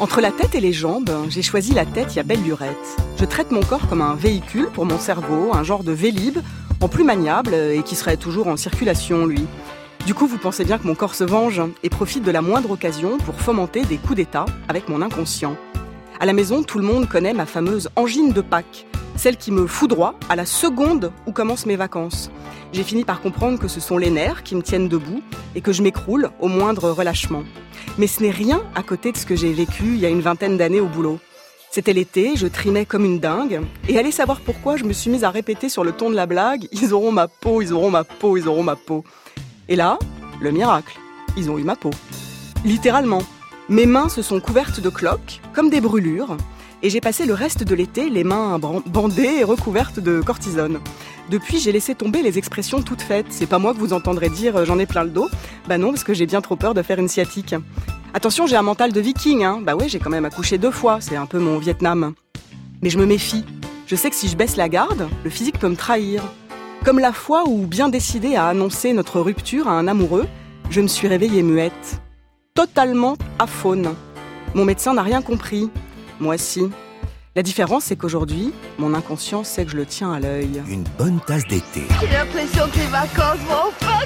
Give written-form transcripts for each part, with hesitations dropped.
Entre la tête et les jambes, j'ai choisi la tête, il y a belle lurette. Je traite mon corps comme un véhicule pour mon cerveau, un genre de Vélib, en plus maniable et qui serait toujours en circulation, lui. Du coup, vous pensez bien que mon corps se venge et profite de la moindre occasion pour fomenter des coups d'état avec mon inconscient. À la maison, tout le monde connaît ma fameuse angine de Pâques, celle qui me foudroie à la seconde où commencent mes vacances. J'ai fini par comprendre que ce sont les nerfs qui me tiennent debout et que je m'écroule au moindre relâchement. Mais ce n'est rien à côté de ce que j'ai vécu il y a une vingtaine d'années au boulot. C'était l'été, je trimais comme une dingue, et allez savoir pourquoi je me suis mise à répéter sur le ton de la blague « Ils auront ma peau, ils auront ma peau, ils auront ma peau ». Et là, le miracle, ils ont eu ma peau. Littéralement. Mes mains se sont couvertes de cloques, comme des brûlures, et j'ai passé le reste de l'été les mains bandées et recouvertes de cortisone. Depuis, j'ai laissé tomber les expressions toutes faites. C'est pas moi que vous entendrez dire « j'en ai plein le dos ». Bah non, parce que j'ai bien trop peur de faire une sciatique. Attention, j'ai un mental de viking, hein. Bah ouais, j'ai quand même accouché 2 fois, c'est un peu mon Vietnam. Mais je me méfie. Je sais que si je baisse la garde, le physique peut me trahir. Comme la fois où, bien décidée à annoncer notre rupture à un amoureux, je me suis réveillée muette. Totalement aphone. Mon médecin n'a rien compris. Moi si. La différence, c'est qu'aujourd'hui, mon inconscient sait que je le tiens à l'œil. Une bonne tasse d'été. J'ai l'impression que les vacances vont enfin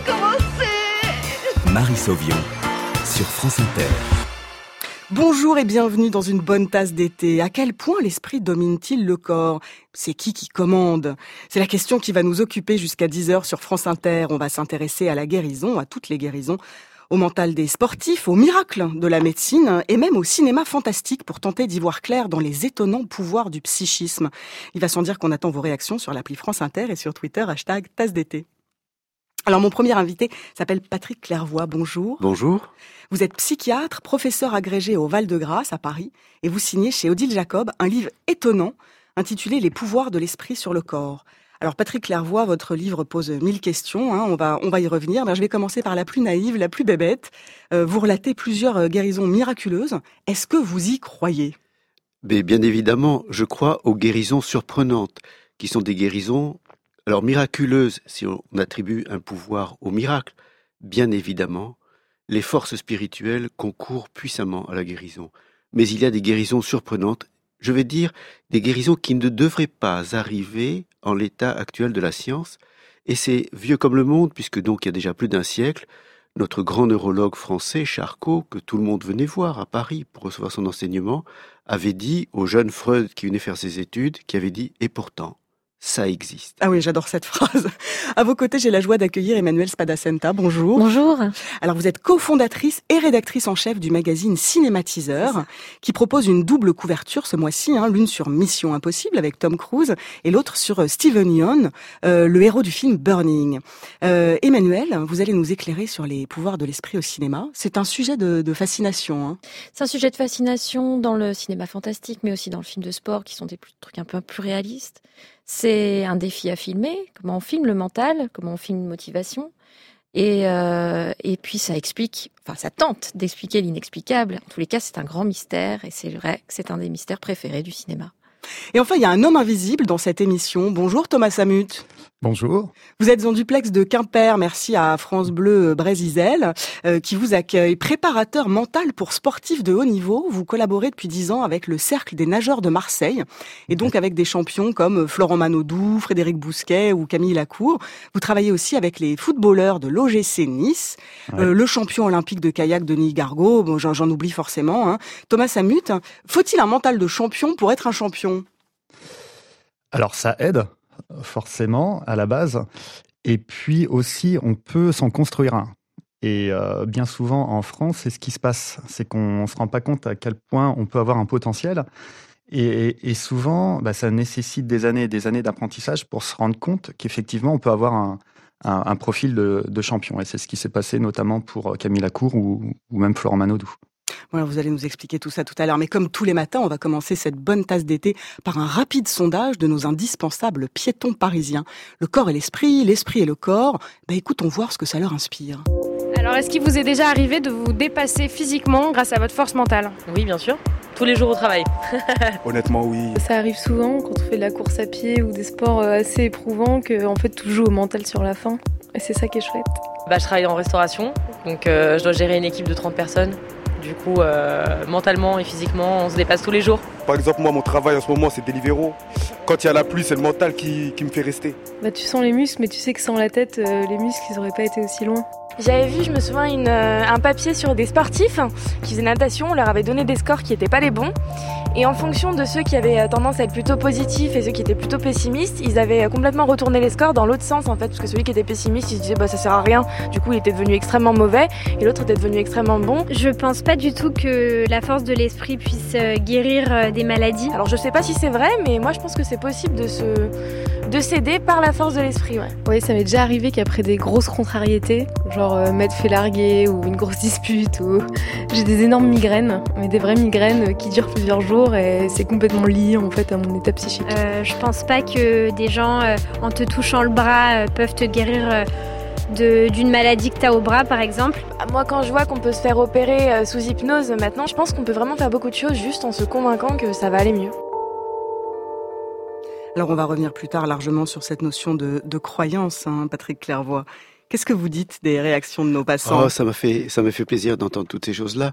commencer. Marie Sauvion, sur France Inter. Bonjour et bienvenue dans une bonne tasse d'été. À quel point l'esprit domine-t-il le corps ? C'est qui commande ? C'est la question qui va nous occuper jusqu'à 10h sur France Inter. On va s'intéresser à la guérison, à toutes les guérisons, au mental des sportifs, aux miracles de la médecine et même au cinéma fantastique pour tenter d'y voir clair dans les étonnants pouvoirs du psychisme. Il va sans dire qu'on attend vos réactions sur l'appli France Inter et sur Twitter, #tasse d'été. Alors mon premier invité s'appelle Patrick Clairvoy, bonjour. Bonjour. Vous êtes psychiatre, professeur agrégé au Val-de-Grâce à Paris et vous signez chez Odile Jacob un livre étonnant intitulé « Les pouvoirs de l'esprit sur le corps ». Alors Patrick Clairvoy, votre livre pose 1000 questions, hein, on va y revenir. Je vais commencer par la plus naïve, la plus bébête. Vous relatez plusieurs guérisons miraculeuses. Est-ce que vous y croyez ? Mais bien évidemment, je crois aux guérisons surprenantes, qui sont des guérisons, alors miraculeuses, si on attribue un pouvoir au miracle. Bien évidemment, les forces spirituelles concourent puissamment à la guérison. Mais il y a des guérisons surprenantes, je vais dire des guérisons qui ne devraient pas arriver en l'état actuel de la science. Et c'est vieux comme le monde, puisque donc il y a déjà plus d'un siècle, notre grand neurologue français, Charcot, que tout le monde venait voir à Paris pour recevoir son enseignement, avait dit au jeune Freud qui venait faire ses études, qui avait dit « et pourtant ». Ça existe. Ah oui, j'adore cette phrase. À vos côtés, j'ai la joie d'accueillir Emmanuelle Spadacenta. Bonjour. Bonjour. Alors, vous êtes cofondatrice et rédactrice en chef du magazine Cinématiseur, qui propose une double couverture ce mois-ci, l'une sur Mission Impossible avec Tom Cruise et l'autre sur Steven Yeun, le héros du film Burning. Emmanuelle, vous allez nous éclairer sur les pouvoirs de l'esprit au cinéma. C'est un sujet de fascination. Hein. C'est un sujet de fascination dans le cinéma fantastique, mais aussi dans le film de sport, qui sont des trucs un peu plus réalistes. C'est un défi à filmer, comment on filme le mental, comment on filme une motivation. Et puis ça tente d'expliquer l'inexplicable. En tous les cas, c'est un grand mystère et c'est vrai que c'est un des mystères préférés du cinéma. Et enfin, il y a un homme invisible dans cette émission. Bonjour Thomas Samut. Bonjour. Vous êtes en duplex de Quimper, merci à France Bleu Brésil, qui vous accueille. Préparateur mental pour sportifs de haut niveau, vous collaborez depuis 10 ans avec le Cercle des nageurs de Marseille, et donc avec des champions comme Florent Manodou, Frédéric Bousquet ou Camille Lacour. Vous travaillez aussi avec les footballeurs de l'OGC Nice, le champion olympique de kayak Denis Gargaud, bon, j'en oublie forcément. Hein. Thomas Samut, faut-il un mental de champion pour être un champion ? Alors ça aide, forcément, à la base. Et puis aussi, on peut s'en construire un. Et bien souvent, en France, c'est ce qui se passe. C'est qu'on ne se rend pas compte à quel point on peut avoir un potentiel. Et souvent, ça nécessite des années et des années d'apprentissage pour se rendre compte qu'effectivement, on peut avoir un profil de champion. Et c'est ce qui s'est passé notamment pour Camille Lacour ou même Florent Manodou. Voilà, vous allez nous expliquer tout ça tout à l'heure. Mais comme tous les matins, on va commencer cette bonne tasse d'été par un rapide sondage de nos indispensables piétons parisiens. Le corps et l'esprit et le corps. Écoutons voir ce que ça leur inspire. Alors, est-ce qu'il vous est déjà arrivé de vous dépasser physiquement grâce à votre force mentale ? Oui, bien sûr. Tous les jours au travail. Honnêtement, oui. Ça arrive souvent quand on fait de la course à pied ou des sports assez éprouvants que en fait, tout joue au mental sur la fin. Et c'est ça qui est chouette. Je travaille en restauration, donc je dois gérer une équipe de 30 personnes. Du coup, mentalement et physiquement, on se dépasse tous les jours. Par exemple, moi, mon travail en ce moment, c'est Deliveroo. Quand il y a la pluie, c'est le mental qui me fait rester. Tu sens les muscles, mais tu sais que sans la tête, les muscles, ils auraient pas été aussi loin. J'avais vu, je me souviens, un papier sur des sportifs qui faisaient natation. On leur avait donné des scores qui n'étaient pas les bons. Et en fonction de ceux qui avaient tendance à être plutôt positifs et ceux qui étaient plutôt pessimistes, ils avaient complètement retourné les scores dans l'autre sens en fait. Parce que celui qui était pessimiste, il se disait ça sert à rien. Du coup, il était devenu extrêmement mauvais. Et l'autre était devenu extrêmement bon. Je pense pas du tout que la force de l'esprit puisse guérir des maladies. Alors je sais pas si c'est vrai, mais moi je pense que c'est possible de s'aider par la force de l'esprit. Oui, ça m'est déjà arrivé qu'après des grosses contrariétés, genre m'être fait larguer ou une grosse dispute, ou j'ai des énormes migraines, mais des vraies migraines qui durent plusieurs jours et c'est complètement lié en fait à mon état psychique. Je pense pas que des gens en te touchant le bras peuvent te guérir d'une maladie que tu as au bras par exemple. Moi quand je vois qu'on peut se faire opérer sous hypnose maintenant, je pense qu'on peut vraiment faire beaucoup de choses juste en se convainquant que ça va aller mieux. Alors on va revenir plus tard largement sur cette notion de croyance, Patrick Clairvoy. Qu'est-ce que vous dites des réactions de nos passants ? Ça m'a fait plaisir d'entendre toutes ces choses-là.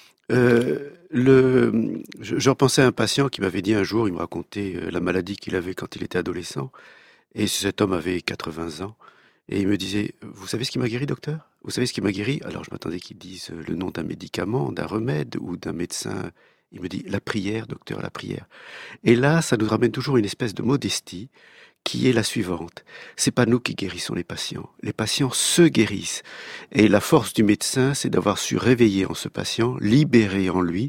Je repensais à un patient qui m'avait dit un jour, il me racontait la maladie qu'il avait quand il était adolescent, et cet homme avait 80 ans, et il me disait « Vous savez ce qui m'a guéri, docteur ? Vous savez ce qui m'a guéri ?» Alors je m'attendais qu'il dise le nom d'un médicament, d'un remède ou d'un médecin. Il me dit « La prière, docteur, la prière ». Et là, ça nous ramène toujours une espèce de modestie qui est la suivante. C'est pas nous qui guérissons les patients. Les patients se guérissent. Et la force du médecin, c'est d'avoir su réveiller en ce patient, libérer en lui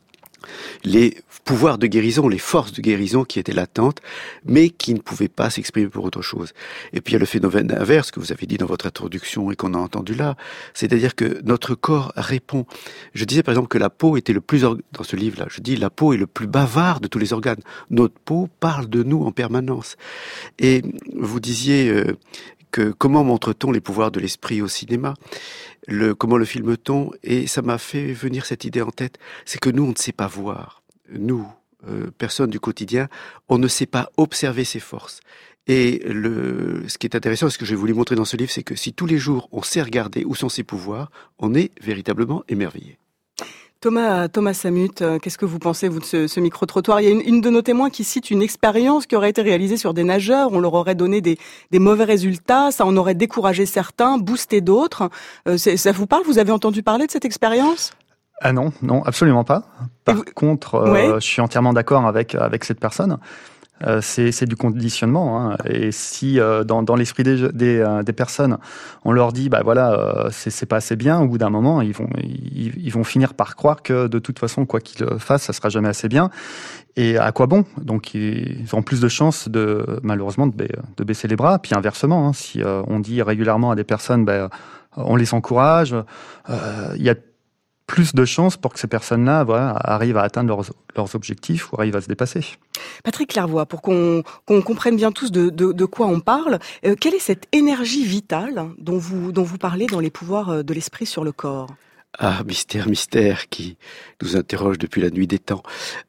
les pouvoirs de guérison, les forces de guérison qui étaient latentes, mais qui ne pouvaient pas s'exprimer pour autre chose. Et puis il y a le phénomène inverse que vous avez dit dans votre introduction et qu'on a entendu là, c'est-à-dire que notre corps répond. Je disais par exemple que la peau était dans ce livre-là, je dis la peau est le plus bavard de tous les organes. Notre peau parle de nous en permanence. Et vous disiez que comment montre-t-on les pouvoirs de l'esprit au cinéma ? Comment le filme-t-on ? Et ça m'a fait venir cette idée en tête, c'est que nous, on ne sait pas voir. Nous, personnes du quotidien, on ne sait pas observer ses forces. Et ce qui est intéressant, ce que j'ai voulu montrer dans ce livre, c'est que si tous les jours on sait regarder où sont ses pouvoirs, on est véritablement émerveillé. Thomas Samut, qu'est-ce que vous pensez, vous, de ce micro-trottoir ? Il y a une de nos témoins qui cite une expérience qui aurait été réalisée sur des nageurs. On leur aurait donné des mauvais résultats, ça en aurait découragé certains, boosté d'autres. Ça vous parle ? Vous avez entendu parler de cette expérience ? Ah non, absolument pas. Par contre, je suis entièrement d'accord avec cette personne. C'est du conditionnement, et si dans l'esprit des personnes on leur dit c'est pas assez bien, au bout d'un moment ils vont finir par croire que de toute façon quoi qu'ils fassent ça sera jamais assez bien, et à quoi bon? Donc ils ont plus de chances malheureusement de baisser les bras. Puis inversement, si on dit régulièrement à des personnes on les encourage, il y a plus de chances pour que ces personnes-là arrivent à atteindre leurs objectifs ou arrivent à se dépasser. Patrick Clairvoy, pour qu'on comprenne bien tous de quoi on parle, quelle est cette énergie vitale dont vous parlez dans les pouvoirs de l'esprit sur le corps ? Ah, mystère qui nous interroge depuis la nuit des temps.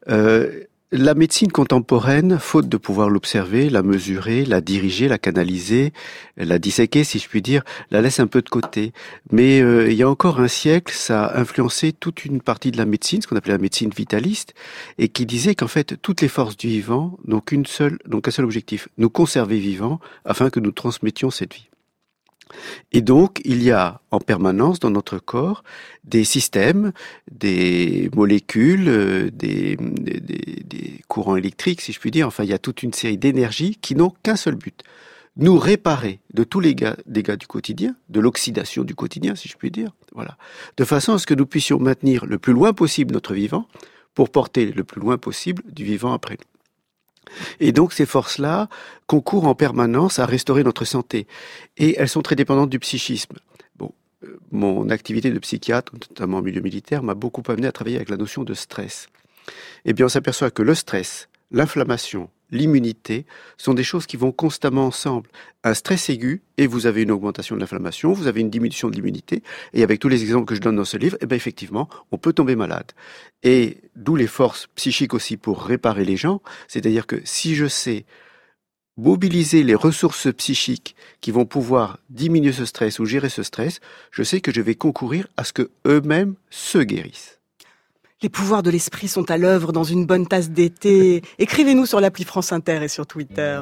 La médecine contemporaine, faute de pouvoir l'observer, la mesurer, la diriger, la canaliser, la disséquer, si je puis dire, la laisse un peu de côté. Mais il y a encore un siècle, ça a influencé toute une partie de la médecine, ce qu'on appelait la médecine vitaliste, et qui disait qu'en fait, toutes les forces du vivant n'ont qu'un seul objectif, nous conserver vivants afin que nous transmettions cette vie. Et donc, il y a en permanence dans notre corps des systèmes, des molécules, des courants électriques, si je puis dire. Enfin, il y a toute une série d'énergies qui n'ont qu'un seul but. Nous réparer de tous les dégâts du quotidien, de l'oxydation du quotidien, si je puis dire. Voilà. De façon à ce que nous puissions maintenir le plus loin possible notre vivant pour porter le plus loin possible du vivant après nous. Et donc ces forces-là concourent en permanence à restaurer notre santé. Et elles sont très dépendantes du psychisme. Mon activité de psychiatre, notamment en milieu militaire, m'a beaucoup amené à travailler avec la notion de stress. Eh bien, on s'aperçoit que le stress, l'inflammation, l'immunité sont des choses qui vont constamment ensemble. Un stress aigu, et vous avez une augmentation de l'inflammation, vous avez une diminution de l'immunité, et avec tous les exemples que je donne dans ce livre, effectivement, on peut tomber malade. Et d'où les forces psychiques aussi pour réparer les gens, c'est-à-dire que si je sais mobiliser les ressources psychiques qui vont pouvoir diminuer ce stress ou gérer ce stress, je sais que je vais concourir à ce que eux-mêmes se guérissent. Les pouvoirs de l'esprit sont à l'œuvre dans une bonne tasse d'été. Écrivez-nous sur l'appli France Inter et sur Twitter.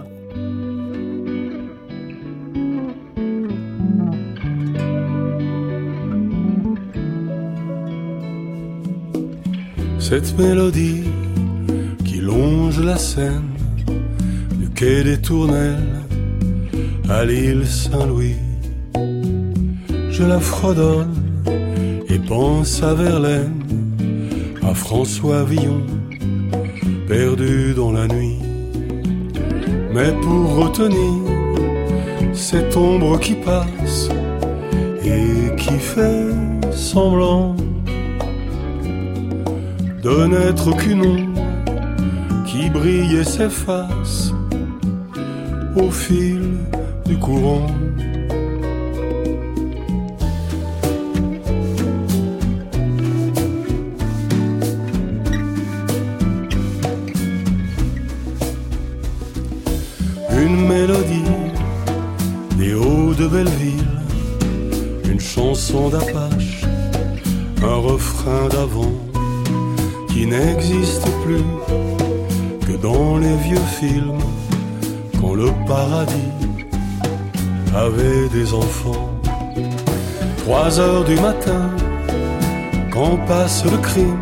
Cette mélodie qui longe la Seine, du quai des Tournelles à l'île Saint-Louis, je la fredonne et pense à Verlaine, à François Villon, perdu dans la nuit. Mais pour retenir cette ombre qui passe et qui fait semblant de n'être qu'une ombre qui brille et s'efface au fil du courant. Une mélodie des hauts de Belleville, une chanson d'Apache, un refrain d'avant qui n'existe plus que dans les vieux films, quand le paradis avait des enfants. 3 heures du matin, quand passe le crime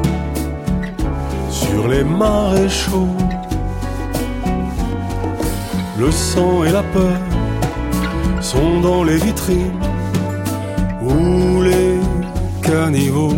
sur les maréchaux, le sang et la peur sont dans les vitrines où les caniveaux,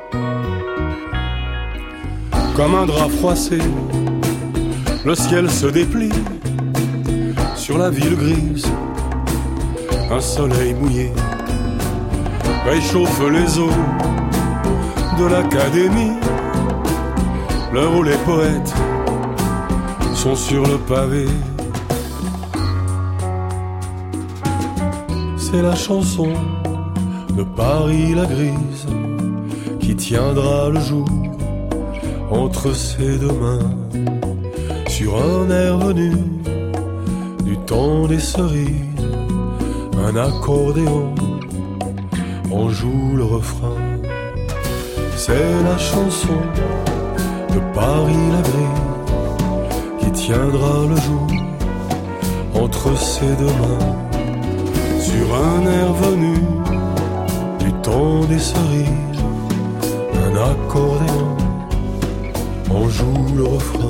comme un drap froissé, le ciel se déplie sur la ville grise. Un soleil mouillé réchauffe les eaux de l'académie, l'heure où les poètes sont sur le pavé. C'est la chanson de Paris la grise qui tiendra le jour entre ses deux mains, sur un air venu du temps des cerises, un accordéon en joue le refrain. C'est la chanson de Paris la grise qui tiendra le jour entre ses deux mains, sur un air venu du temps des cerises, un accordéon en joue le refrain.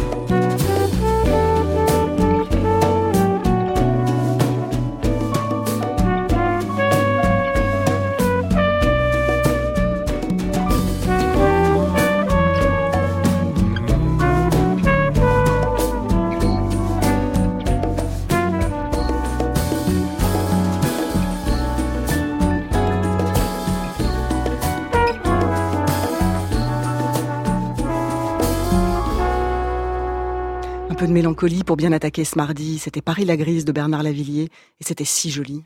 Un peu de mélancolie pour bien attaquer ce mardi. C'était Paris la grise de Bernard Lavilliers et c'était si joli.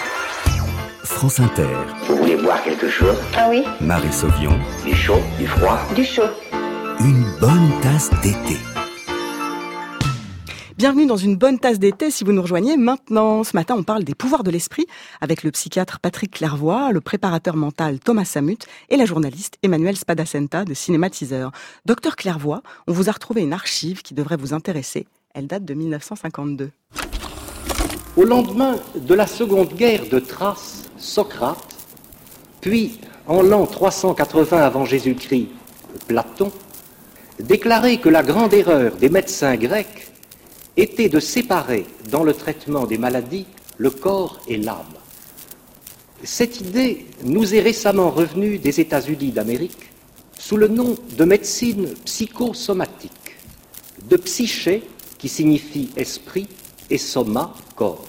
France Inter. Vous voulez boire quelque chose? Ah oui. Marie Sauvion. Du chaud, du froid? Du chaud. Une bonne tasse d'été. Bienvenue dans une bonne tasse d'été si vous nous rejoignez maintenant. Ce matin, on parle des pouvoirs de l'esprit avec le psychiatre Patrick Clairvoy, le préparateur mental Thomas Samut et la journaliste Emmanuelle Spadacenta de Cinématiseur. Docteur Clairvoy, on vous a retrouvé une archive qui devrait vous intéresser. Elle date de 1952. Au lendemain de la seconde guerre de Thrace, Socrate, puis en l'an 380 avant Jésus-Christ, Platon, déclarait que la grande erreur des médecins grecs était de séparer dans le traitement des maladies le corps et l'âme. Cette idée nous est récemment revenue des États-Unis d'Amérique sous le nom de médecine psychosomatique, de psyché qui signifie esprit et soma, corps.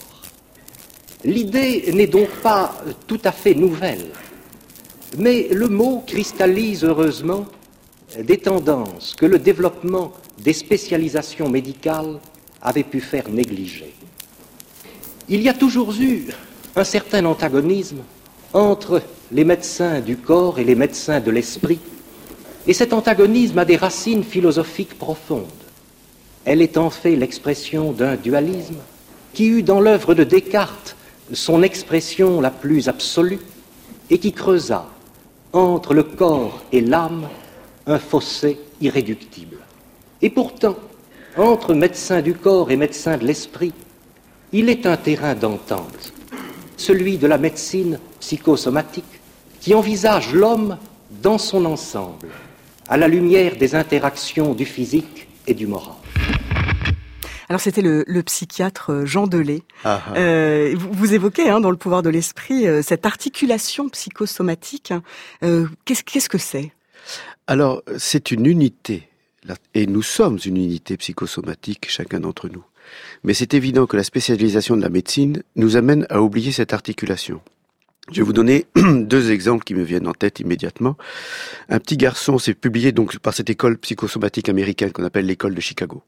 L'idée n'est donc pas tout à fait nouvelle, mais le mot cristallise heureusement des tendances que le développement des spécialisations médicales avait pu faire négliger. Il y a toujours eu un certain antagonisme entre les médecins du corps et les médecins de l'esprit, et cet antagonisme a des racines philosophiques profondes. Elle est en fait l'expression d'un dualisme qui eut dans l'œuvre de Descartes son expression la plus absolue et qui creusa entre le corps et l'âme un fossé irréductible. Et pourtant, entre médecins du corps et médecins de l'esprit, il est un terrain d'entente, celui de la médecine psychosomatique, qui envisage l'homme dans son ensemble, à la lumière des interactions du physique et du moral. Alors c'était le psychiatre Jean Delay. Vous évoquez dans Le pouvoir de l'esprit cette articulation psychosomatique. Qu'est-ce que c'est ? Alors c'est une unité, et nous sommes une unité psychosomatique, chacun d'entre nous. Mais c'est évident que la spécialisation de la médecine nous amène à oublier cette articulation. Je vais vous donner 2 exemples qui me viennent en tête immédiatement. Un petit garçon s'est publié donc par cette école psychosomatique américaine qu'on appelle l'école de Chicago.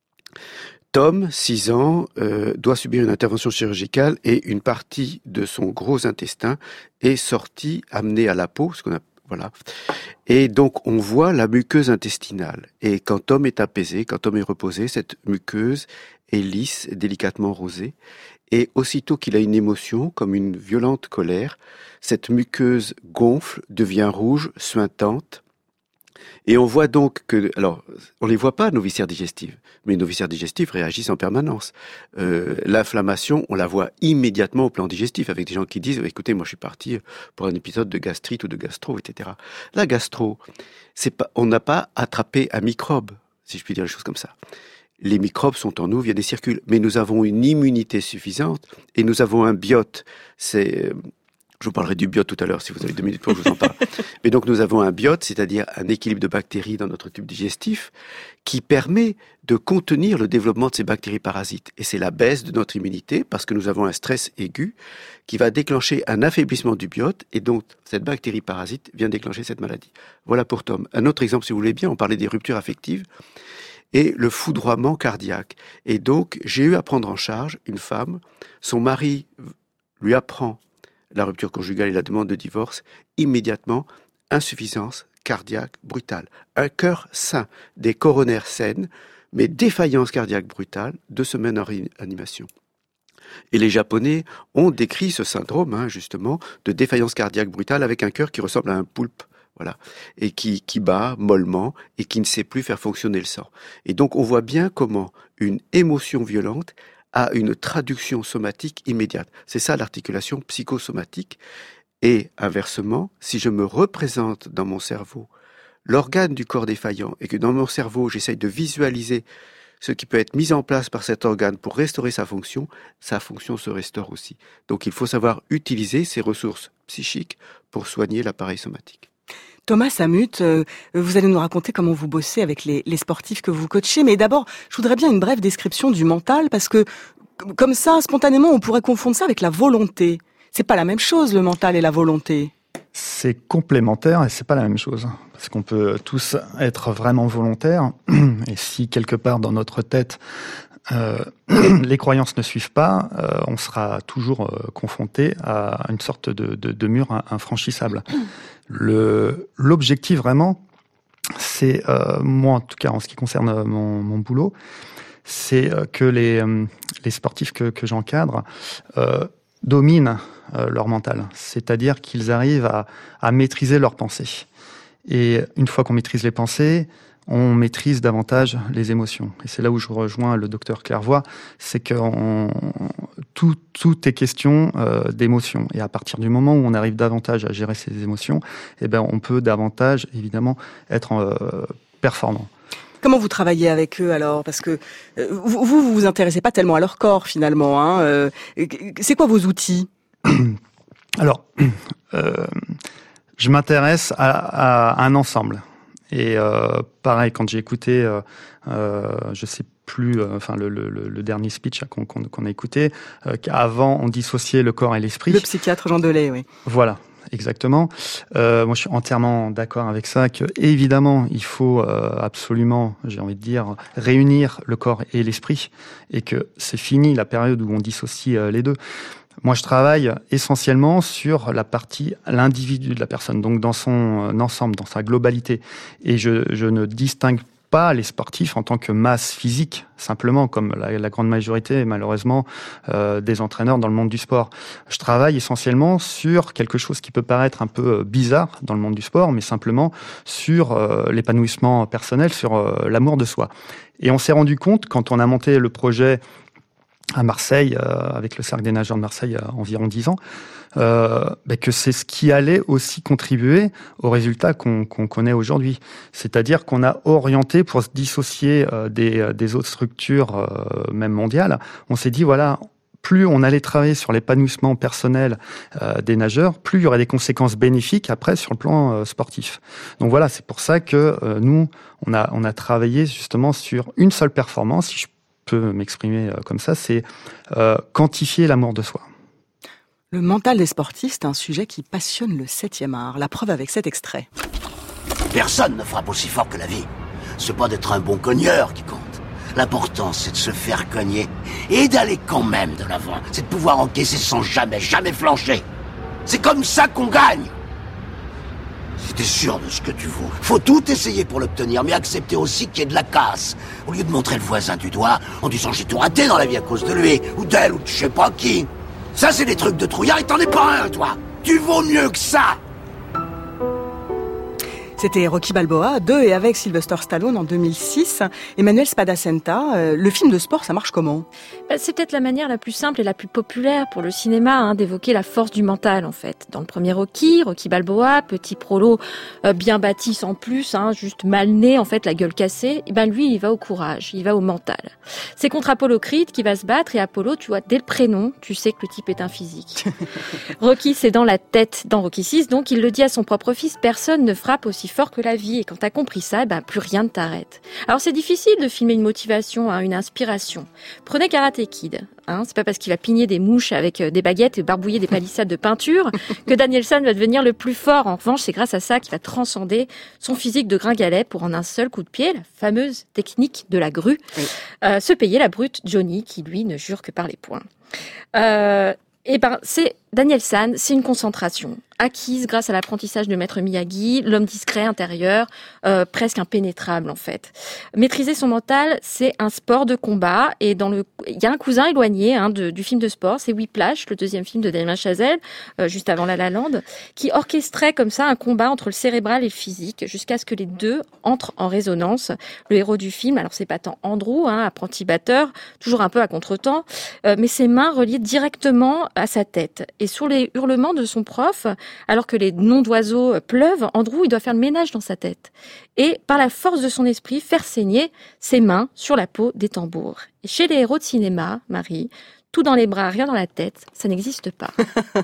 Tom, 6 ans, doit subir une intervention chirurgicale et une partie de son gros intestin est sortie, amenée à la peau, voilà. Et donc on voit la muqueuse intestinale. Et quand Tom est apaisé, quand Tom est reposé, cette muqueuse est lisse, délicatement rosée. Et aussitôt qu'il a une émotion, comme une violente colère, cette muqueuse gonfle, devient rouge, suintante. Et on voit donc que, alors, on les voit pas, nos viscères digestives, mais nos viscères digestives réagissent en permanence. L'inflammation, on la voit immédiatement au plan digestif, avec des gens qui disent, écoutez, moi je suis parti pour un épisode de gastrite ou de gastro, etc. La gastro, on n'a pas attrapé un microbe, si je puis dire les choses comme ça. Les microbes sont en nous via des circules, mais nous avons une immunité suffisante et nous avons un biote. Je vous parlerai du biote tout à l'heure, si vous avez 2 minutes pour que je vous en parle. Mais donc nous avons un biote, c'est-à-dire un équilibre de bactéries dans notre tube digestif, qui permet de contenir le développement de ces bactéries parasites. Et c'est la baisse de notre immunité, parce que nous avons un stress aigu, qui va déclencher un affaiblissement du biote, et donc cette bactérie parasite vient déclencher cette maladie. Voilà pour Tom. Un autre exemple, si vous voulez bien, on parlait des ruptures affectives, et le foudroiement cardiaque. Et donc, j'ai eu à prendre en charge une femme, son mari lui apprend la rupture conjugale et la demande de divorce, immédiatement, insuffisance cardiaque brutale. Un cœur sain, des coronaires saines, mais défaillance cardiaque brutale, 2 semaines en réanimation. Et les Japonais ont décrit ce syndrome, justement, de défaillance cardiaque brutale avec un cœur qui ressemble à un poulpe. Voilà, et qui bat mollement et qui ne sait plus faire fonctionner le sang. Et donc on voit bien comment une émotion violente a une traduction somatique immédiate. C'est ça l'articulation psychosomatique. Et inversement, si je me représente dans mon cerveau l'organe du corps défaillant et que dans mon cerveau j'essaye de visualiser ce qui peut être mis en place par cet organe pour restaurer sa fonction se restaure aussi. Donc il faut savoir utiliser ces ressources psychiques pour soigner l'appareil somatique. Thomas Samut, vous allez nous raconter comment vous bossez avec les sportifs que vous coachez. Mais d'abord, je voudrais bien une brève description du mental, parce que comme ça, spontanément, on pourrait confondre ça avec la volonté. C'est pas la même chose, le mental et la volonté. C'est complémentaire et c'est pas la même chose. Parce qu'on peut tous être vraiment volontaires. Et si quelque part dans notre tête, les croyances ne suivent pas, on sera toujours confronté à une sorte de mur infranchissable. L'objectif vraiment, c'est, moi en tout cas en ce qui concerne mon boulot, c'est que les sportifs que j'encadre dominent leur mental. C'est-à-dire qu'ils arrivent à maîtriser leurs pensées. Et une fois qu'on maîtrise les pensées, on maîtrise davantage les émotions. Et c'est là où je rejoins le docteur Clairvoy, c'est que tout est question d'émotions. Et à partir du moment où on arrive davantage à gérer ces émotions, eh ben, on peut davantage, évidemment, être performant. Comment vous travaillez avec eux alors ? Parce que vous intéressez pas tellement à leur corps finalement. C'est quoi vos outils ? Alors, je m'intéresse à un ensemble. Et pareil, quand j'ai écouté, je sais plus, le dernier speech qu'on a écouté, qu'avant on dissociait le corps et l'esprit. Le psychiatre Jean Delay, oui. Voilà. Exactement. Moi, je suis entièrement d'accord avec ça, que évidemment, il faut absolument, j'ai envie de dire, réunir le corps et l'esprit, et que c'est fini la période où on dissocie les deux. Moi, je travaille essentiellement sur la partie, l'individu de la personne, donc dans son ensemble, dans sa globalité. Et je ne distingue pas les sportifs en tant que masse physique, simplement, comme la grande majorité, malheureusement, des entraîneurs dans le monde du sport. Je travaille essentiellement sur quelque chose qui peut paraître un peu bizarre dans le monde du sport, mais simplement sur l'épanouissement personnel, sur l'amour de soi. Et on s'est rendu compte, quand on a monté le projet à Marseille, avec le Cercle des nageurs de Marseille, il y a environ 10 ans, que c'est ce qui allait aussi contribuer aux résultats qu'on connaît aujourd'hui. C'est-à-dire qu'on a orienté, pour se dissocier des autres structures, même mondiales, on s'est dit, voilà, plus on allait travailler sur l'épanouissement personnel des nageurs, plus il y aurait des conséquences bénéfiques après sur le plan sportif. Donc voilà, c'est pour ça que nous, on a travaillé justement sur une seule performance, si je peux m'exprimer comme ça, c'est quantifier l'amour de soi. Le mental des sportifs, c'est un sujet qui passionne le 7e art. La preuve avec cet extrait. Personne ne frappe aussi fort que la vie. C'est pas d'être un bon cogneur qui compte. L'important, c'est de se faire cogner et d'aller quand même de l'avant. C'est de pouvoir encaisser sans jamais flancher. C'est comme ça qu'on gagne. Si t'es sûr de ce que tu vaux, faut tout essayer pour l'obtenir, mais accepter aussi qu'il y ait de la casse. Au lieu de montrer le voisin du doigt en disant j'ai tout raté dans la vie à cause de lui, ou d'elle, ou de je sais pas qui. Ça, c'est des trucs de trouillard et t'en es pas un, toi. Tu vaux mieux que ça. C'était Rocky Balboa, de et avec Sylvester Stallone en 2006. Emmanuel Spadacenta, le film de sport, ça marche comment ? C'est peut-être la manière la plus simple et la plus populaire pour le cinéma d'évoquer la force du mental, en fait. Dans le premier Rocky Balboa, petit prolo bien bâti sans plus, juste mal né, en fait, la gueule cassée, et lui, il va au courage, il va au mental. C'est contre Apollo Creed qui va se battre, et Apollo, tu vois, dès le prénom, tu sais que le type est un physique. Rocky, c'est dans la tête, dans Rocky VI, donc il le dit à son propre fils, personne ne frappe aussi fort que la vie, et quand t'as compris ça, plus rien ne t'arrête. Alors c'est difficile de filmer une motivation, une inspiration. Prenez Karate Kid, c'est pas parce qu'il va pigner des mouches avec des baguettes et barbouiller des palissades de peinture que Daniel-san va devenir le plus fort. En revanche, c'est grâce à ça qu'il va transcender son physique de gringalet pour en un seul coup de pied, la fameuse technique de la grue, se payer la brute Johnny qui lui ne jure que par les poings. C'est Daniel-san, c'est une concentration acquise grâce à l'apprentissage de Maître Miyagi, l'homme discret intérieur, presque impénétrable en fait. Maîtriser son mental, c'est un sport de combat et il y a un cousin éloigné du film de sport, c'est Whiplash, le deuxième film de Damien Chazelle, juste avant La La Land, qui orchestrait comme ça un combat entre le cérébral et le physique jusqu'à ce que les deux entrent en résonance. Le héros du film, alors c'est pas tant Andrew, apprenti batteur, toujours un peu à contretemps, mais ses mains reliées directement à sa tête. Et sur les hurlements de son prof, alors que les noms d'oiseaux pleuvent, Andrew, il doit faire le ménage dans sa tête. Et par la force de son esprit, faire saigner ses mains sur la peau des tambours. Et chez les héros de cinéma, Marie, tout dans les bras, rien dans la tête, ça n'existe pas.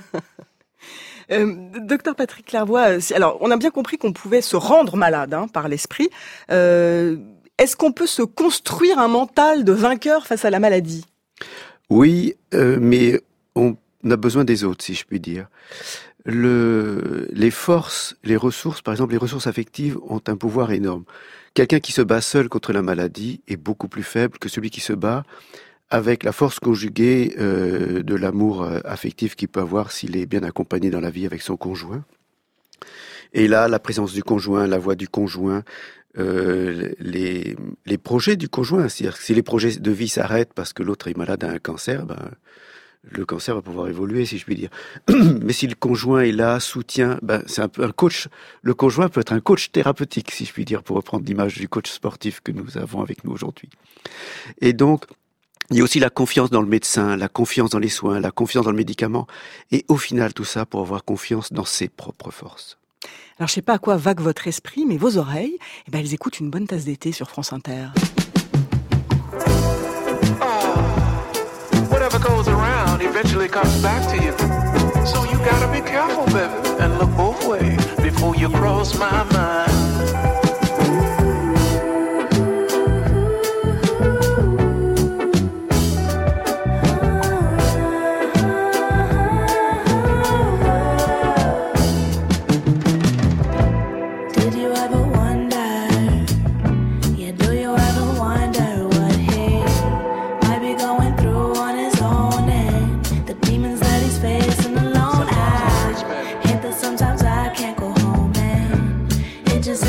Docteur Patrick Clairvoy, alors on a bien compris qu'on pouvait se rendre malade par l'esprit. Est-ce qu'on peut se construire un mental de vainqueur face à la maladie ? Oui, mais on a besoin des autres, si je puis dire. Les forces, les ressources, par exemple les ressources affectives ont un pouvoir énorme. Quelqu'un qui se bat seul contre la maladie est beaucoup plus faible que celui qui se bat avec la force conjuguée de l'amour affectif qu'il peut avoir s'il est bien accompagné dans la vie avec son conjoint. Et là, la présence du conjoint, la voix du conjoint, les projets du conjoint, c'est-à-dire que si les projets de vie s'arrêtent parce que l'autre est malade à un cancer, le cancer va pouvoir évoluer, si je puis dire. Mais si le conjoint est là, soutient, c'est un peu un coach. Le conjoint peut être un coach thérapeutique, si je puis dire, pour reprendre l'image du coach sportif que nous avons avec nous aujourd'hui. Et donc, il y a aussi la confiance dans le médecin, la confiance dans les soins, la confiance dans le médicament. Et au final, tout ça pour avoir confiance dans ses propres forces. Alors, je sais pas à quoi vague votre esprit, mais vos oreilles, elles écoutent une bonne tasse d'été sur France Inter. Eventually comes back to you. So you gotta be careful, baby, and look both ways before you cross my mind. Just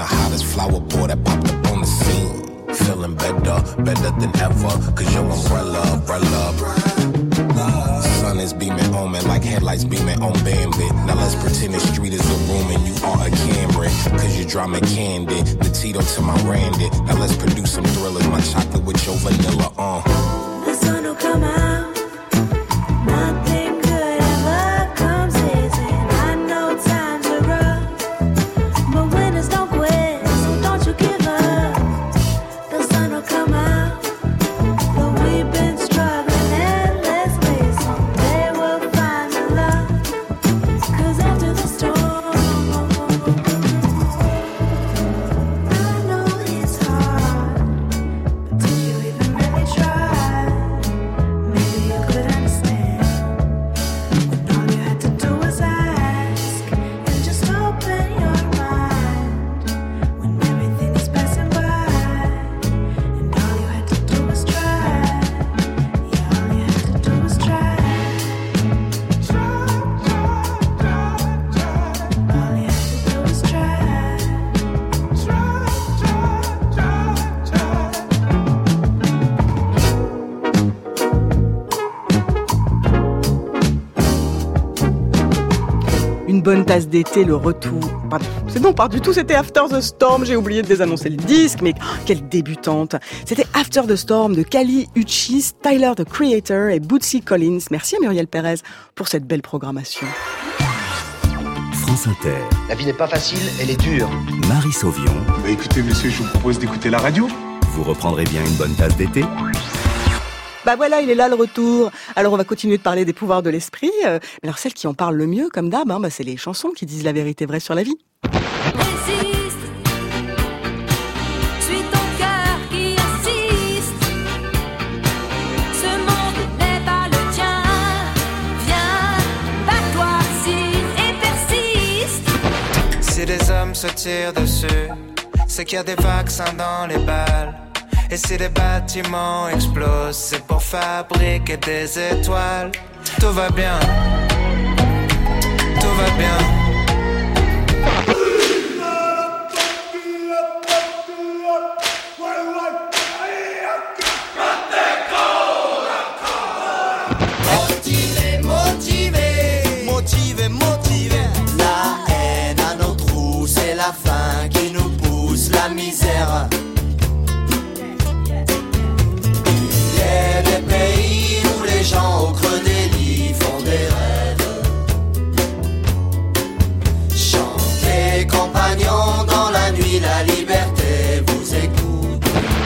the hottest flower boy that popped up on the scene. Feeling better, better than ever, cause your umbrella. Sun is beaming on me like headlights beaming on Bambi. Now let's pretend the street is a room and you are a Camry, cause you draw me candy, the Tito to my Randy. Now let's produce some thrillers, my chocolate with your vanilla on. The sun will come out. Nothing good ever comes easy. I know times are rough, but winners don't quit, so don't you give up. The sun will come out, but we've been struggling endlessly. Someday we'll find the love, cause after the storm, I know it's hard, but did you even really try? Maybe you could understand when all you had to do was ask and just open your mind. When everything is passing by and all you had to do was try. Yeah, all you had to do was try. All you had to do was try. Une bonne tasse d'été, le retour. Pardon, c'est non, pas du tout, c'était After the Storm. J'ai oublié de désannoncer le disque, mais quelle débutante. C'était After the Storm de Kali Uchis, Tyler the Creator et Bootsy Collins. Merci à Muriel Pérez pour cette belle programmation. France Inter. La vie n'est pas facile, elle est dure. Marie Sauvion. Écoutez, monsieur, je vous propose d'écouter la radio. Vous reprendrez bien une bonne tasse d'été ? Bah voilà, il est là le retour. Alors on va continuer de parler des pouvoirs de l'esprit. Alors celles qui en parlent le mieux, comme d'hab, c'est les chansons qui disent la vérité vraie sur la vie. Résiste, suis ton cœur qui insiste. Ce monde n'est pas le tien. Viens, bats-toi, et persiste. Si des hommes se tirent dessus, c'est qu'il y a des vaccins dans les balles. Et si les bâtiments explosent, c'est pour fabriquer des étoiles. Tout va bien, tout va bien. Motivé, motivé, motivé, motivé. La haine à nos trous, c'est la faim qui nous pousse, la misère. Des pays où les gens au creux des lits font des rêves. Chantez, compagnons, dans la nuit, la liberté vous écoute.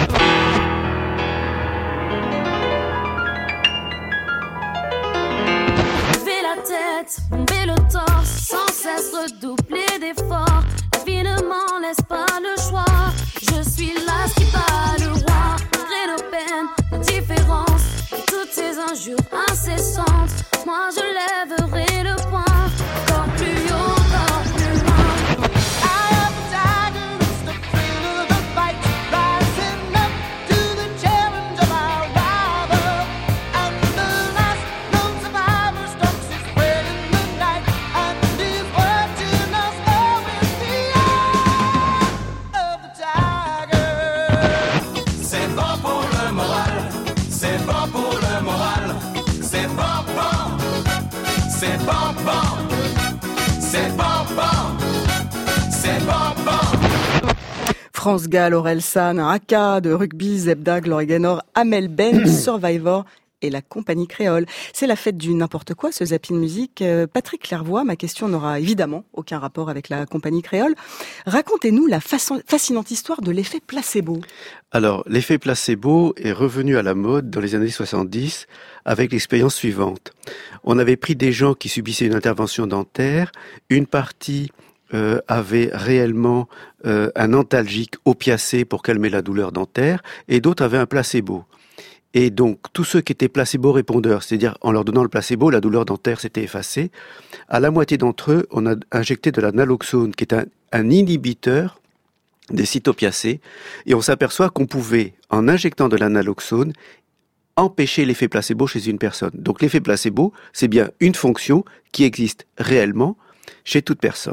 Levez la tête, bombez le torse, sans cesse redoubler d'efforts. La vie ne m'en laisse pas le choix. Je suis là qui bat le roi. Malgré nos peines, nos différences, et toutes ces injures incessantes, moi je lèverai le poing. Encore plus haut, encore plus loin. I am the tiger, it's the thrill of the fight, rising up to the challenge of our rival. And the last known survivor stalks his prey in the night, and he's watching us all with the eye of the tiger. C'est bon pour le moral, c'est bon pour le moral, c'est bon, bon, c'est bon, bon, c'est bon, bon, c'est bon, bon. France Gall, Aurel San, Aka de rugby, Zebda, Glory Gaynor, Amel Ben, Survivor et la compagnie créole. C'est la fête du n'importe quoi, ce Zapping Musique. Patrick Clairvoy, ma question n'aura évidemment aucun rapport avec la compagnie créole. Racontez-nous la fascinante histoire de l'effet placebo. Alors, l'effet placebo est revenu à la mode dans les années 70 avec l'expérience suivante. On avait pris des gens qui subissaient une intervention dentaire, une partie avait réellement un antalgique opiacé pour calmer la douleur dentaire, et d'autres avaient un placebo. Et donc, tous ceux qui étaient placebo-répondeurs, c'est-à-dire en leur donnant le placebo, la douleur dentaire s'était effacée. À la moitié d'entre eux, on a injecté de la naloxone, qui est un inhibiteur des sites opiacés, et on s'aperçoit qu'on pouvait, en injectant de la naloxone, empêcher l'effet placebo chez une personne. Donc l'effet placebo, c'est bien une fonction qui existe réellement chez toute personne.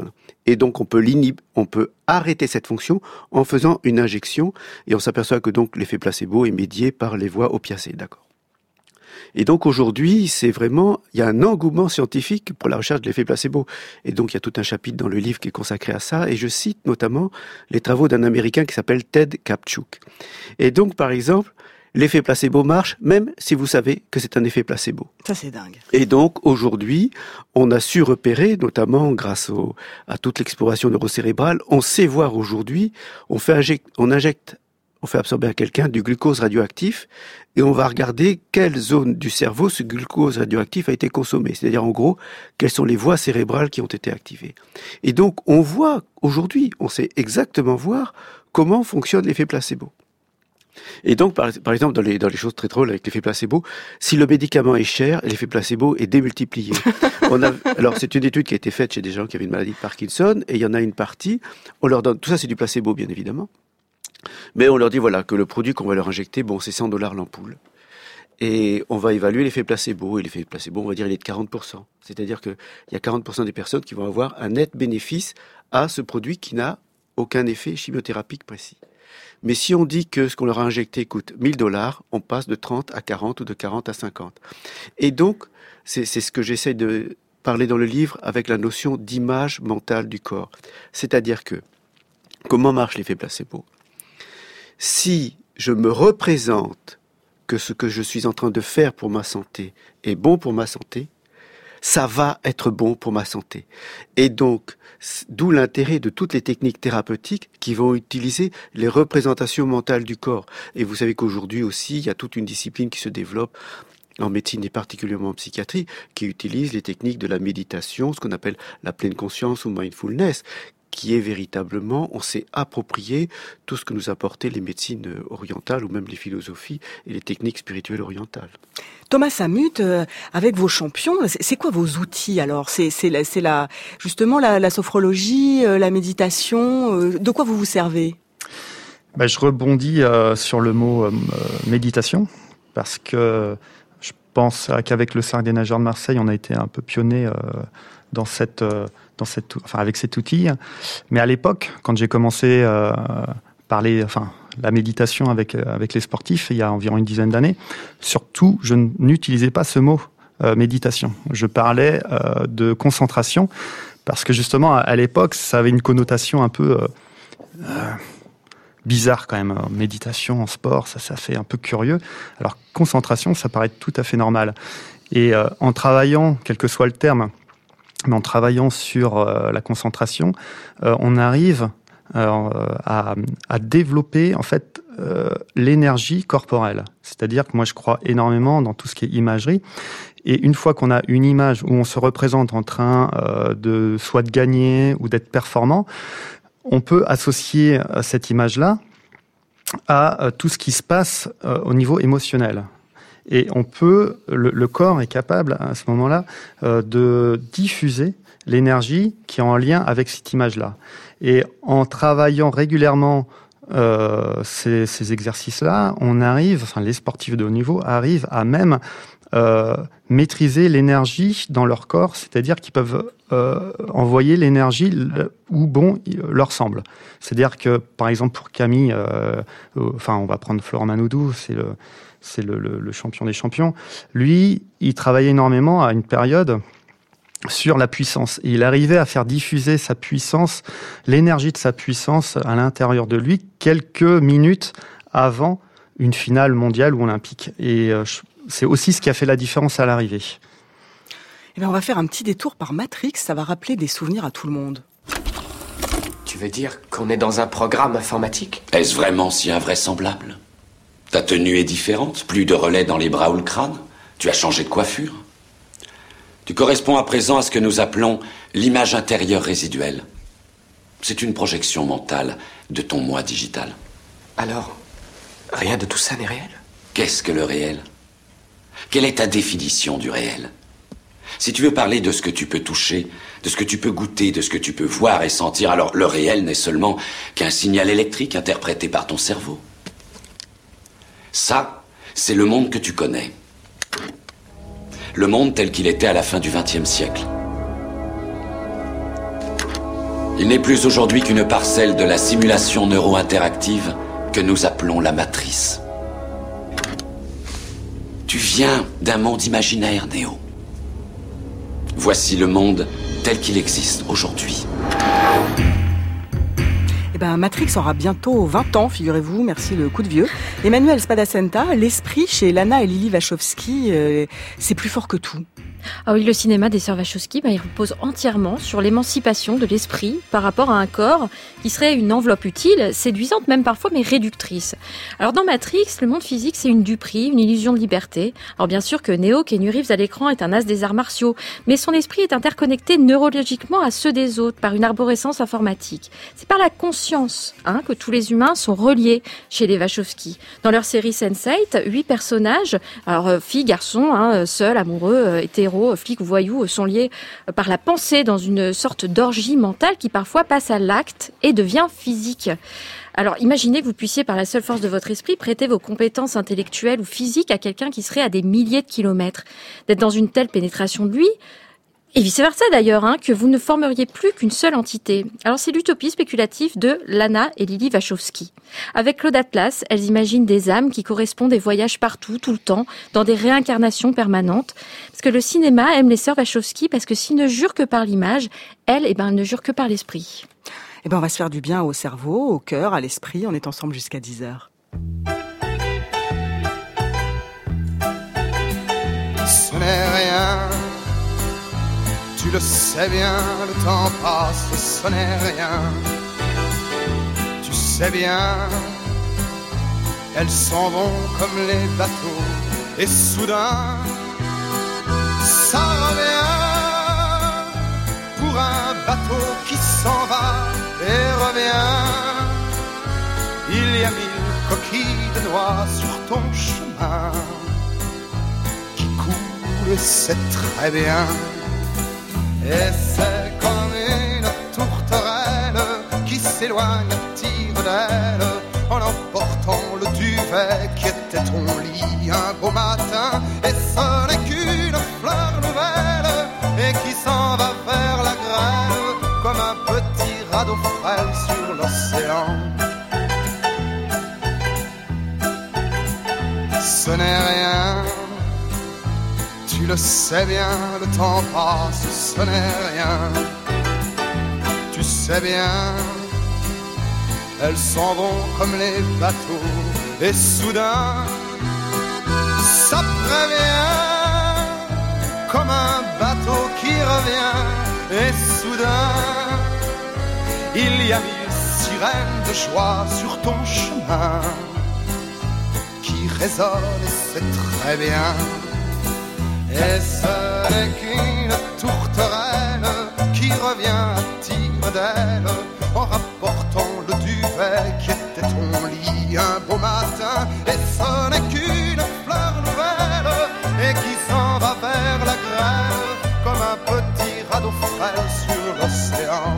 Et donc on peut arrêter cette fonction en faisant une injection, et on s'aperçoit que donc l'effet placebo est médié par les voies opiacées, d'accord. Et donc aujourd'hui, il y a un engouement scientifique pour la recherche de l'effet placebo. Et donc il y a tout un chapitre dans le livre qui est consacré à ça, et je cite notamment les travaux d'un Américain qui s'appelle Ted Kaptchuk. Et donc par exemple, l'effet placebo marche même si vous savez que c'est un effet placebo. Ça c'est dingue. Et donc aujourd'hui, on a su repérer, notamment grâce à toute l'exploration neurocérébrale, on sait voir aujourd'hui, on fait absorber à quelqu'un du glucose radioactif et on va regarder quelle zone du cerveau ce glucose radioactif a été consommé. C'est-à-dire en gros, quelles sont les voies cérébrales qui ont été activées. Et donc on voit aujourd'hui, on sait exactement voir comment fonctionne l'effet placebo. Et donc, par exemple, dans les choses très drôles avec l'effet placebo, si le médicament est cher, l'effet placebo est démultiplié. Alors, c'est une étude qui a été faite chez des gens qui avaient une maladie de Parkinson, et il y en a une partie, on leur donne, tout ça c'est du placebo bien évidemment, mais on leur dit voilà, que le produit qu'on va leur injecter, c'est $100 l'ampoule. Et on va évaluer l'effet placebo, et l'effet placebo, on va dire, il est de 40%. C'est-à-dire qu'il y a 40% des personnes qui vont avoir un net bénéfice à ce produit qui n'a aucun effet chimiothérapique précis. Mais si on dit que ce qu'on leur a injecté coûte $1000, on passe de 30 à 40 ou de 40 à 50. Et donc, c'est ce que j'essaie de parler dans le livre avec la notion d'image mentale du corps. C'est-à-dire que, comment marche l'effet placebo ? Si je me représente que ce que je suis en train de faire pour ma santé est bon pour ma santé, ça va être bon pour ma santé. Et donc, d'où l'intérêt de toutes les techniques thérapeutiques qui vont utiliser les représentations mentales du corps. Et vous savez qu'aujourd'hui aussi, il y a toute une discipline qui se développe en médecine et particulièrement en psychiatrie, qui utilise les techniques de la méditation, ce qu'on appelle la pleine conscience ou mindfulness, qui est véritablement, on s'est approprié tout ce que nous apportaient les médecines orientales ou même les philosophies et les techniques spirituelles orientales. Thomas Samut, avec vos champions, c'est quoi vos outils alors ? C'est justement la sophrologie, la méditation, de quoi vous vous servez ? Je rebondis sur le mot méditation, parce que je pense qu'avec le Cercle des nageurs de Marseille, on a été un peu pionnier avec cet outil. Mais à l'époque, quand j'ai commencé la méditation avec les sportifs, il y a environ une dizaine d'années, surtout, je n'utilisais pas ce mot méditation. Je parlais de concentration, parce que justement, à l'époque, ça avait une connotation un peu bizarre quand même. Méditation en sport, ça fait un peu curieux. Alors, concentration, ça paraît tout à fait normal. Et en travaillant, quel que soit le terme, mais en travaillant sur la concentration, on arrive à développer en fait l'énergie corporelle. C'est-à-dire que moi je crois énormément dans tout ce qui est imagerie. Et une fois qu'on a une image où on se représente en train de soit de gagner ou d'être performant, on peut associer cette image-là à tout ce qui se passe au niveau émotionnel. Et le corps est capable à ce moment-là de diffuser l'énergie qui est en lien avec cette image-là. Et en travaillant régulièrement ces exercices-là, les sportifs de haut niveau arrivent à même maîtriser l'énergie dans leur corps, c'est-à-dire qu'ils peuvent envoyer l'énergie où leur semble. C'est-à-dire que, par exemple, pour Camille, on va prendre Florent Manodou, c'est le champion des champions. Lui, il travaillait énormément à une période sur la puissance. Et il arrivait à faire diffuser sa puissance, l'énergie de sa puissance à l'intérieur de lui quelques minutes avant une finale mondiale ou olympique. Et c'est aussi ce qui a fait la différence à l'arrivée. Eh bien, on va faire un petit détour par Matrix, ça va rappeler des souvenirs à tout le monde. Tu veux dire qu'on est dans un programme informatique ? Est-ce vraiment si invraisemblable ? Ta tenue est différente, plus de relais dans les bras ou le crâne. Tu as changé de coiffure. Tu corresponds à présent à ce que nous appelons l'image intérieure résiduelle. C'est une projection mentale de ton moi digital. Alors, rien de tout ça n'est réel ? Qu'est-ce que le réel ? Quelle est ta définition du réel ? Si tu veux parler de ce que tu peux toucher, de ce que tu peux goûter, de ce que tu peux voir et sentir, alors le réel n'est seulement qu'un signal électrique interprété par ton cerveau. Ça, c'est le monde que tu connais. Le monde tel qu'il était à la fin du XXe siècle. Il n'est plus aujourd'hui qu'une parcelle de la simulation neuro-interactive que nous appelons la matrice. Tu viens d'un monde imaginaire, Néo. Voici le monde tel qu'il existe aujourd'hui. Matrix aura bientôt 20 ans, figurez-vous, merci le coup de vieux. Emmanuel Spadacenta, l'esprit chez Lana et Lily Wachowski, c'est plus fort que tout. Ah oui, le cinéma des sœurs Wachowski, il repose entièrement sur l'émancipation de l'esprit par rapport à un corps qui serait une enveloppe utile, séduisante même parfois, mais réductrice. Alors dans Matrix, le monde physique, c'est une duperie, une illusion de liberté. Alors bien sûr que Neo, Keanu Reeves à l'écran, est un as des arts martiaux, mais son esprit est interconnecté neurologiquement à ceux des autres par une arborescence informatique. C'est par la conscience que tous les humains sont reliés chez les Wachowski. Dans leur série Sense8, 8 personnages, alors filles, garçons, seuls, amoureux, hétéros, flics ou voyous, sont liés par la pensée dans une sorte d'orgie mentale qui parfois passe à l'acte et devient physique. Alors imaginez que vous puissiez par la seule force de votre esprit prêter vos compétences intellectuelles ou physiques à quelqu'un qui serait à des milliers de kilomètres. D'être dans une telle pénétration de lui, et vice-versa d'ailleurs, que vous ne formeriez plus qu'une seule entité. Alors c'est l'utopie spéculative de Lana et Lily Wachowski. Avec Claude Atlas, elles imaginent des âmes qui correspondent et voyagent partout, tout le temps, dans des réincarnations permanentes. Parce que le cinéma aime les sœurs Wachowski parce que s'il ne jure que par l'image, elles ne jurent que par l'esprit. On va se faire du bien au cerveau, au cœur, à l'esprit. On est ensemble jusqu'à 10h. Ce n'est rien. Tu le sais bien, le temps passe, ce n'est rien. Tu sais bien, elles s'en vont comme les bateaux. Et soudain, ça revient pour un bateau qui s'en va et revient. Il y a 1000 coquilles de noix sur ton chemin qui coulent, c'est très bien. Et c'est comme une tourterelle qui s'éloigne à tire d'aile en emportant le duvet qui était ton lit un beau matin. Et ce n'est qu'une fleur nouvelle et qui s'en va vers la grêle comme un petit radeau frêle sur l'océan. Ce n'est rien. Tu le sais bien, le temps passe, ce n'est rien. Tu sais bien, elles s'en vont comme les bateaux. Et soudain, ça prévient comme un bateau qui revient. Et soudain, il y a 1000 sirènes de joie sur ton chemin qui résonnent et c'est très bien. Et ce n'est qu'une tourterelle qui revient à tire d'aile en rapportant le duvet qui était ton lit un beau matin. Et ce n'est qu'une fleur nouvelle et qui s'en va vers la grêle comme un petit radeau frêle sur l'océan.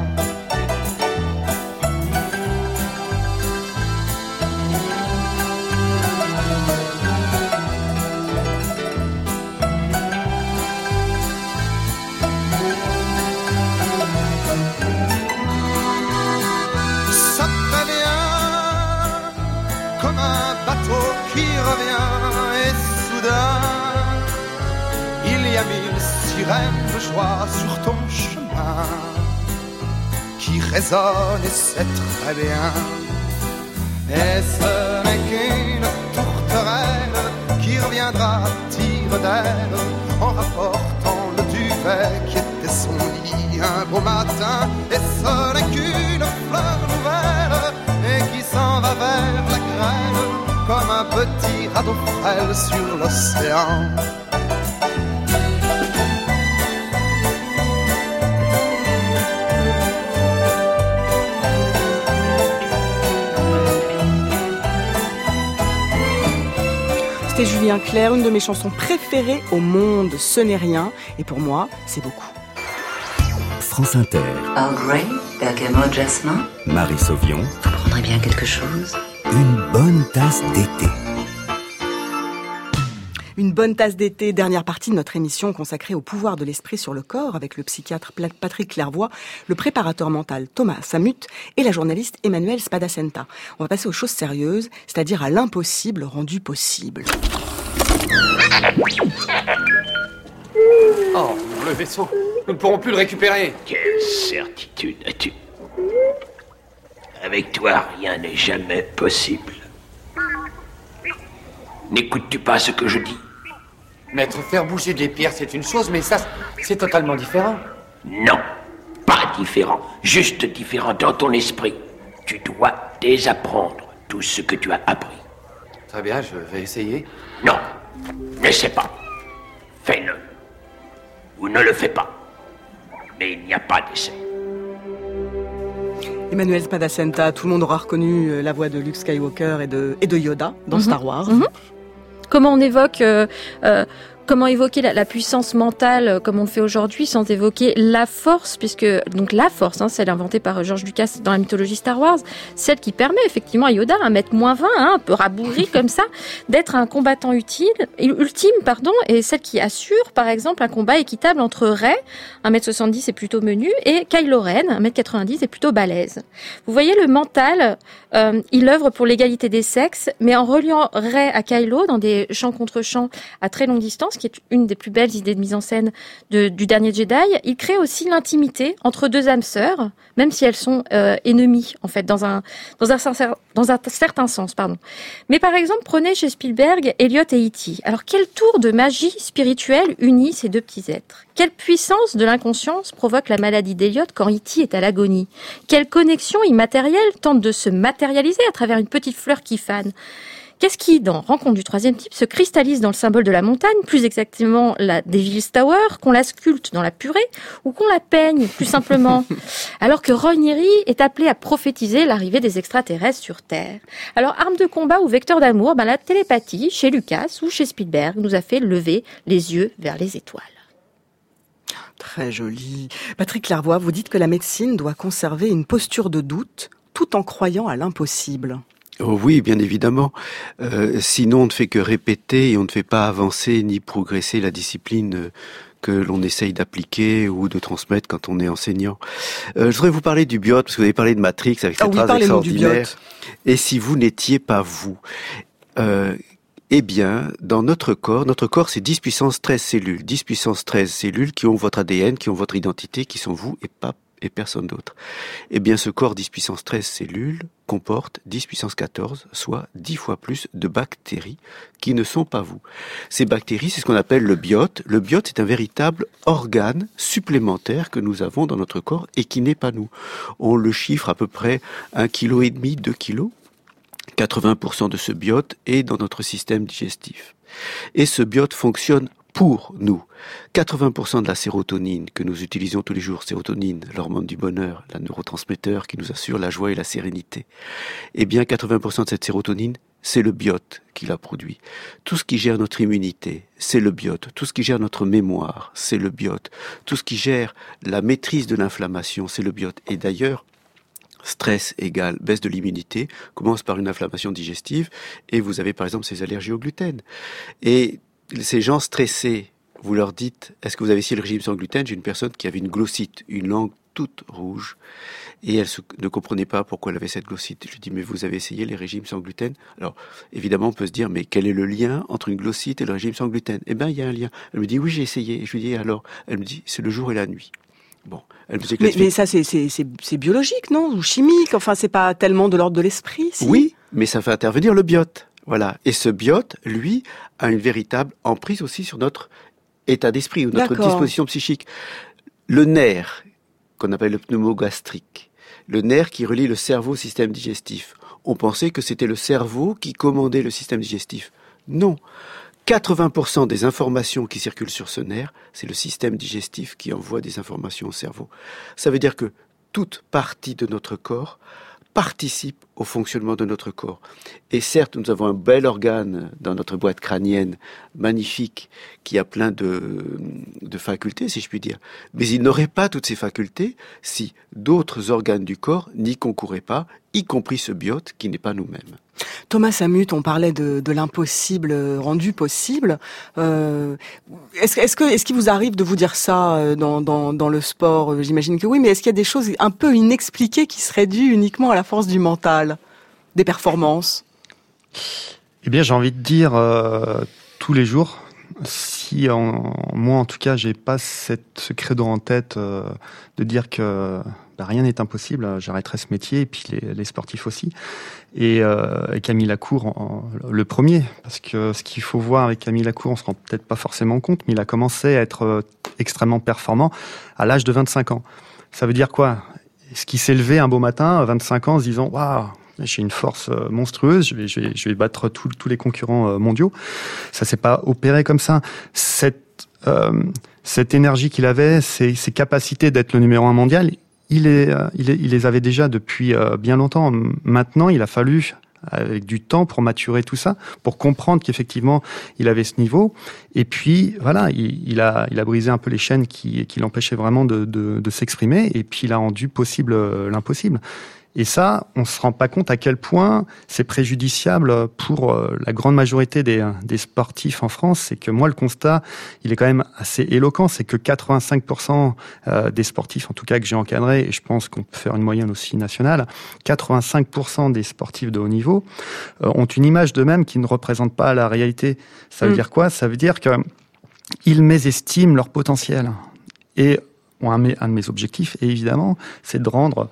Qui revient et soudain il y a 1000 sirènes de joie sur ton chemin qui résonnent et c'est très bien. Et ce n'est qu'une tourterelle qui reviendra à tire d'aile en rapportant le duvet qui était son lit un beau matin. Et ce n'est qu'une fleur nouvelle et qui s'en va vers la grêle comme un petit radeau frêle sur l'océan. C'était Julien Clerc, une de mes chansons préférées au monde, Ce n'est rien, et pour moi, c'est beaucoup. France Inter. Earl Grey, Bergamo Jasmin. Marie Sauvion. Vous prendrez bien quelque chose. Une bonne tasse d'été. Une bonne tasse d'été, dernière partie de notre émission consacrée au pouvoir de l'esprit sur le corps avec le psychiatre Patrick Clairvoy, le préparateur mental Thomas Samut et la journaliste Emmanuelle Spadacenta. On va passer aux choses sérieuses, c'est-à-dire à l'impossible rendu possible. Oh, le vaisseau, nous ne pourrons plus le récupérer. Quelle certitude as-tu? Avec toi, rien n'est jamais possible. N'écoutes-tu pas ce que je dis? Maître, faire bouger des pierres, c'est une chose, mais ça, c'est totalement différent. Non, pas différent, juste différent dans ton esprit. Tu dois désapprendre tout ce que tu as appris. Très bien, je vais essayer. Non, n'essaie pas. Fais-le. Ou ne le fais pas. Mais il n'y a pas d'essai. Emmanuelle Spadacenta, tout le monde aura reconnu la voix de Luke Skywalker et de Yoda dans Star Wars. Comment on évoque, comment évoquer la puissance mentale comme on le fait aujourd'hui sans évoquer la force, puisque donc la force, celle inventée par George Lucas dans la mythologie Star Wars, celle qui permet effectivement à Yoda, un mètre moins 20, un peu rabougri comme ça, d'être un combattant ultime, et celle qui assure par exemple un combat équitable entre Rey, 1m70 et plutôt menu, et Kylo Ren, 1m90 et plutôt balèze. Vous voyez, le mental, il œuvre pour l'égalité des sexes, mais en reliant Rey à Kylo dans des champs contre champs à très longue distance, qui est une des plus belles idées de mise en scène du dernier Jedi, il crée aussi l'intimité entre deux âmes sœurs, même si elles sont ennemies, en fait, dans un certain sens, pardon. Mais par exemple, prenez chez Spielberg, Elliot et E.T. Alors, quel tour de magie spirituelle unit ces deux petits êtres? Quelle puissance de l'inconscience provoque la maladie d'Elliot quand E.T. est à l'agonie? Quelle connexion immatérielle tente de se matérialiser à travers une petite fleur qui fane? Qu'est-ce qui, dans Rencontre du troisième type, se cristallise dans le symbole de la montagne, plus exactement la Devil's Tower, qu'on la sculpte dans la purée ou qu'on la peigne, plus simplement, alors que Roy Neary est appelé à prophétiser l'arrivée des extraterrestres sur Terre. Alors, arme de combat ou vecteur d'amour, la télépathie, chez Lucas ou chez Spielberg, nous a fait lever les yeux vers les étoiles. Très joli. Patrick Clairvoy, vous dites que la médecine doit conserver une posture de doute tout en croyant à l'impossible. Oh oui, bien évidemment. Sinon, on ne fait que répéter et on ne fait pas avancer ni progresser la discipline que l'on essaye d'appliquer ou de transmettre quand on est enseignant. Je voudrais vous parler du biote, parce que vous avez parlé de Matrix avec cette phrase extraordinaire. Et si vous n'étiez pas vous? Eh bien, dans notre corps c'est 10 puissance 13 cellules. 10 puissance 13 cellules qui ont votre ADN, qui ont votre identité, qui sont vous et personne d'autre. Eh bien, ce corps 10 puissance 13 cellules comporte 10 puissance 14, soit 10 fois plus de bactéries qui ne sont pas vous. Ces bactéries, c'est ce qu'on appelle le biote. Le biote, c'est un véritable organe supplémentaire que nous avons dans notre corps et qui n'est pas nous. On le chiffre à peu près 1,5 kg, 2 kg. 80% de ce biote est dans notre système digestif. Et ce biote fonctionne pour nous. 80% de la sérotonine que nous utilisons tous les jours, sérotonine, l'hormone du bonheur, la neurotransmetteur qui nous assure la joie et la sérénité, eh bien 80% de cette sérotonine, c'est le biote qui la produit. Tout ce qui gère notre immunité, c'est le biote. Tout ce qui gère notre mémoire, c'est le biote. Tout ce qui gère la maîtrise de l'inflammation, c'est le biote. Et d'ailleurs, stress égale baisse de l'immunité, commence par une inflammation digestive, et vous avez par exemple ces allergies au gluten. Et ces gens stressés, vous leur dites, est-ce que vous avez essayé le régime sans gluten? J'ai une personne qui avait une glossite, une langue toute rouge, et elle ne comprenait pas pourquoi elle avait cette glossite. Je lui dis, mais vous avez essayé les régimes sans gluten? Alors, évidemment, on peut se dire, mais quel est le lien entre une glossite et le régime sans gluten? Eh bien, il y a un lien. Elle me dit, oui, j'ai essayé. Et je lui dis, alors? Elle me dit, c'est le jour et la nuit. Bon, elle me dit que mais ça, c'est biologique, non? Ou chimique? Enfin, c'est pas tellement de l'ordre de l'esprit, si? Oui, mais ça fait intervenir le biote. Voilà. Et ce biote, lui, a une véritable emprise aussi sur notre état d'esprit ou notre disposition psychique. Le nerf, qu'on appelle le pneumogastrique, le nerf qui relie le cerveau au système digestif. On pensait que c'était le cerveau qui commandait le système digestif. Non. 80% des informations qui circulent sur ce nerf, c'est le système digestif qui envoie des informations au cerveau. Ça veut dire que toute partie de notre corps participe au fonctionnement de notre corps. Et certes, nous avons un bel organe dans notre boîte crânienne, magnifique, qui a plein de facultés, si je puis dire. Mais il n'aurait pas toutes ces facultés si d'autres organes du corps n'y concouraient pas, y compris ce biote qui n'est pas nous-mêmes. Thomas Samut, on parlait de l'impossible rendu possible. Est-ce qu'il vous arrive de vous dire ça dans le sport? J'imagine que oui, mais est-ce qu'il y a des choses un peu inexpliquées qui seraient dues uniquement à la force du mental, des performances? Eh bien, j'ai envie de dire tous les jours. Si moi, en tout cas, j'ai pas ce credo en tête de dire que rien n'est impossible, j'arrêterai ce métier, et puis les sportifs aussi. Et Camille Lacour, le premier, parce que ce qu'il faut voir avec Camille Lacour, on se rend peut-être pas forcément compte, mais il a commencé à être extrêmement performant à l'âge de 25 ans. Ça veut dire quoi? Est-ce qu'il s'est levé un beau matin, à 25 ans, en se disant « Waouh, j'ai une force monstrueuse, je vais battre tous les concurrents mondiaux ». Ça s'est pas opéré comme ça. Cette énergie qu'il avait, ses capacités d'être le numéro 1 mondial, il les avait déjà depuis bien longtemps. Maintenant, il a fallu, avec du temps, pour maturer tout ça, pour comprendre qu'effectivement, il avait ce niveau. Et puis, voilà, il a brisé un peu les chaînes qui l'empêchaient vraiment de s'exprimer. Et puis, il a rendu possible l'impossible. Et ça, on se rend pas compte à quel point c'est préjudiciable pour la grande majorité des sportifs en France. C'est que moi, le constat, il est quand même assez éloquent. C'est que 85% des sportifs, en tout cas que j'ai encadrés, et je pense qu'on peut faire une moyenne aussi nationale, 85% des sportifs de haut niveau ont une image d'eux-mêmes qui ne représente pas la réalité. Ça veut dire quoi? Ça veut dire qu'ils mésestiment leur potentiel. Et un de mes objectifs, et évidemment, c'est de rendre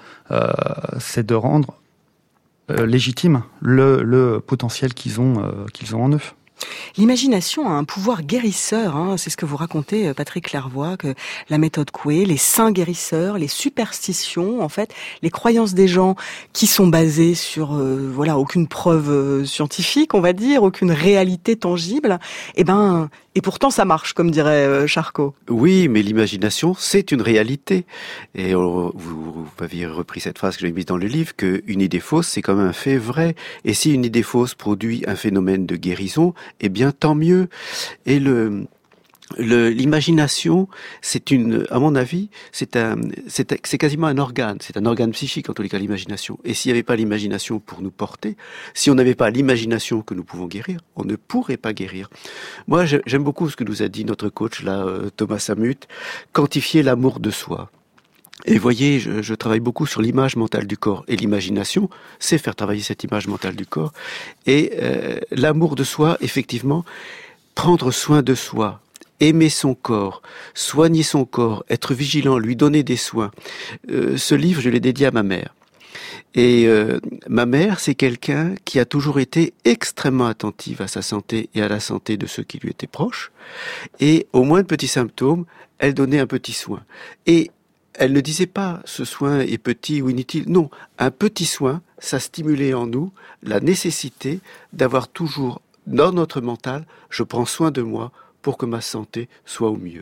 légitime le potentiel qu'ils ont en eux. L'imagination a un pouvoir guérisseur, c'est ce que vous racontez, Patrick Lervois, que la méthode Coué, les saints guérisseurs, les superstitions, en fait, les croyances des gens qui sont basées sur aucune preuve scientifique, on va dire, aucune réalité tangible, et pourtant ça marche, comme dirait Charcot. Oui, mais l'imagination, c'est une réalité. Et vous aviez repris cette phrase que j'ai mise dans le livre, qu'une idée fausse, c'est comme un fait vrai. Et si une idée fausse produit un phénomène de guérison, eh bien tant mieux. Et l'imagination, à mon avis, c'est quasiment un organe. C'est un organe psychique, en tous les cas, l'imagination. Et s'il n'y avait pas l'imagination pour nous porter, si on n'avait pas l'imagination que nous pouvons guérir, on ne pourrait pas guérir. Moi, j'aime beaucoup ce que nous a dit notre coach, là, Thomas Samut, quantifier l'amour de soi. Et voyez, je travaille beaucoup sur l'image mentale du corps. Et l'imagination, c'est faire travailler cette image mentale du corps. Et l'amour de soi, effectivement, prendre soin de soi, aimer son corps, soigner son corps, être vigilant, lui donner des soins. Ce livre, je l'ai dédié à ma mère. Et ma mère, c'est quelqu'un qui a toujours été extrêmement attentive à sa santé et à la santé de ceux qui lui étaient proches. Et au moindre petit symptôme, elle donnait un petit soin. Et elle ne disait pas « ce soin est petit ou inutile ». Non, un petit soin, ça stimulait en nous la nécessité d'avoir toujours dans notre mental « je prends soin de moi pour que ma santé soit au mieux ».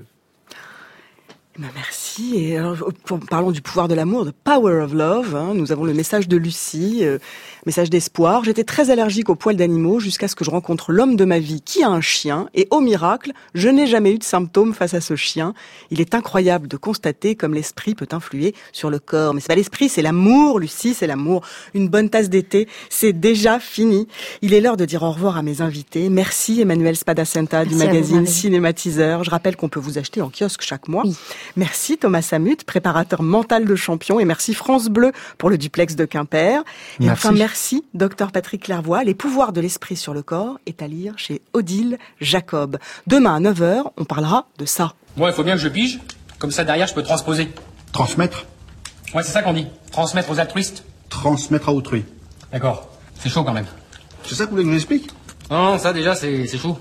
Merci. Et alors, parlons du pouvoir de l'amour, de Power of Love. Nous avons le message de Lucie, message d'espoir. J'étais très allergique aux poils d'animaux jusqu'à ce que je rencontre l'homme de ma vie qui a un chien. Et au miracle, je n'ai jamais eu de symptômes face à ce chien. Il est incroyable de constater comme l'esprit peut influer sur le corps. Mais c'est pas l'esprit, c'est l'amour, Lucie, c'est l'amour. Une bonne tasse d'été, c'est déjà fini. Il est l'heure de dire au revoir à mes invités. Merci Emmanuelle Spadacenta du magazine Cinématiseur. Je rappelle qu'on peut vous acheter en kiosque chaque mois. Oui. Merci Thomas Samut, préparateur mental de champion, et merci France Bleu pour le duplex de Quimper. Et enfin, merci Dr Patrick Lervois. Les pouvoirs de l'esprit sur le corps est à lire chez Odile Jacob. Demain à 9h, on parlera de ça. Bon, il faut bien que je pige, comme ça derrière je peux transposer. Transmettre? Ouais, c'est ça qu'on dit. Transmettre aux altruistes. Transmettre à autrui. D'accord. C'est chaud quand même. C'est ça que vous voulez que je vous explique? Non, ça déjà c'est chaud.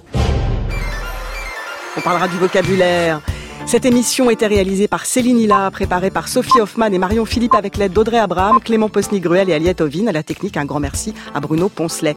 On parlera du vocabulaire. Cette émission était réalisée par Céline Hilla, préparée par Sophie Hoffman et Marion Philippe avec l'aide d'Audrey Abraham, Clément Posny-Gruel et Aliette Ovine. À la technique, un grand merci à Bruno Poncelet.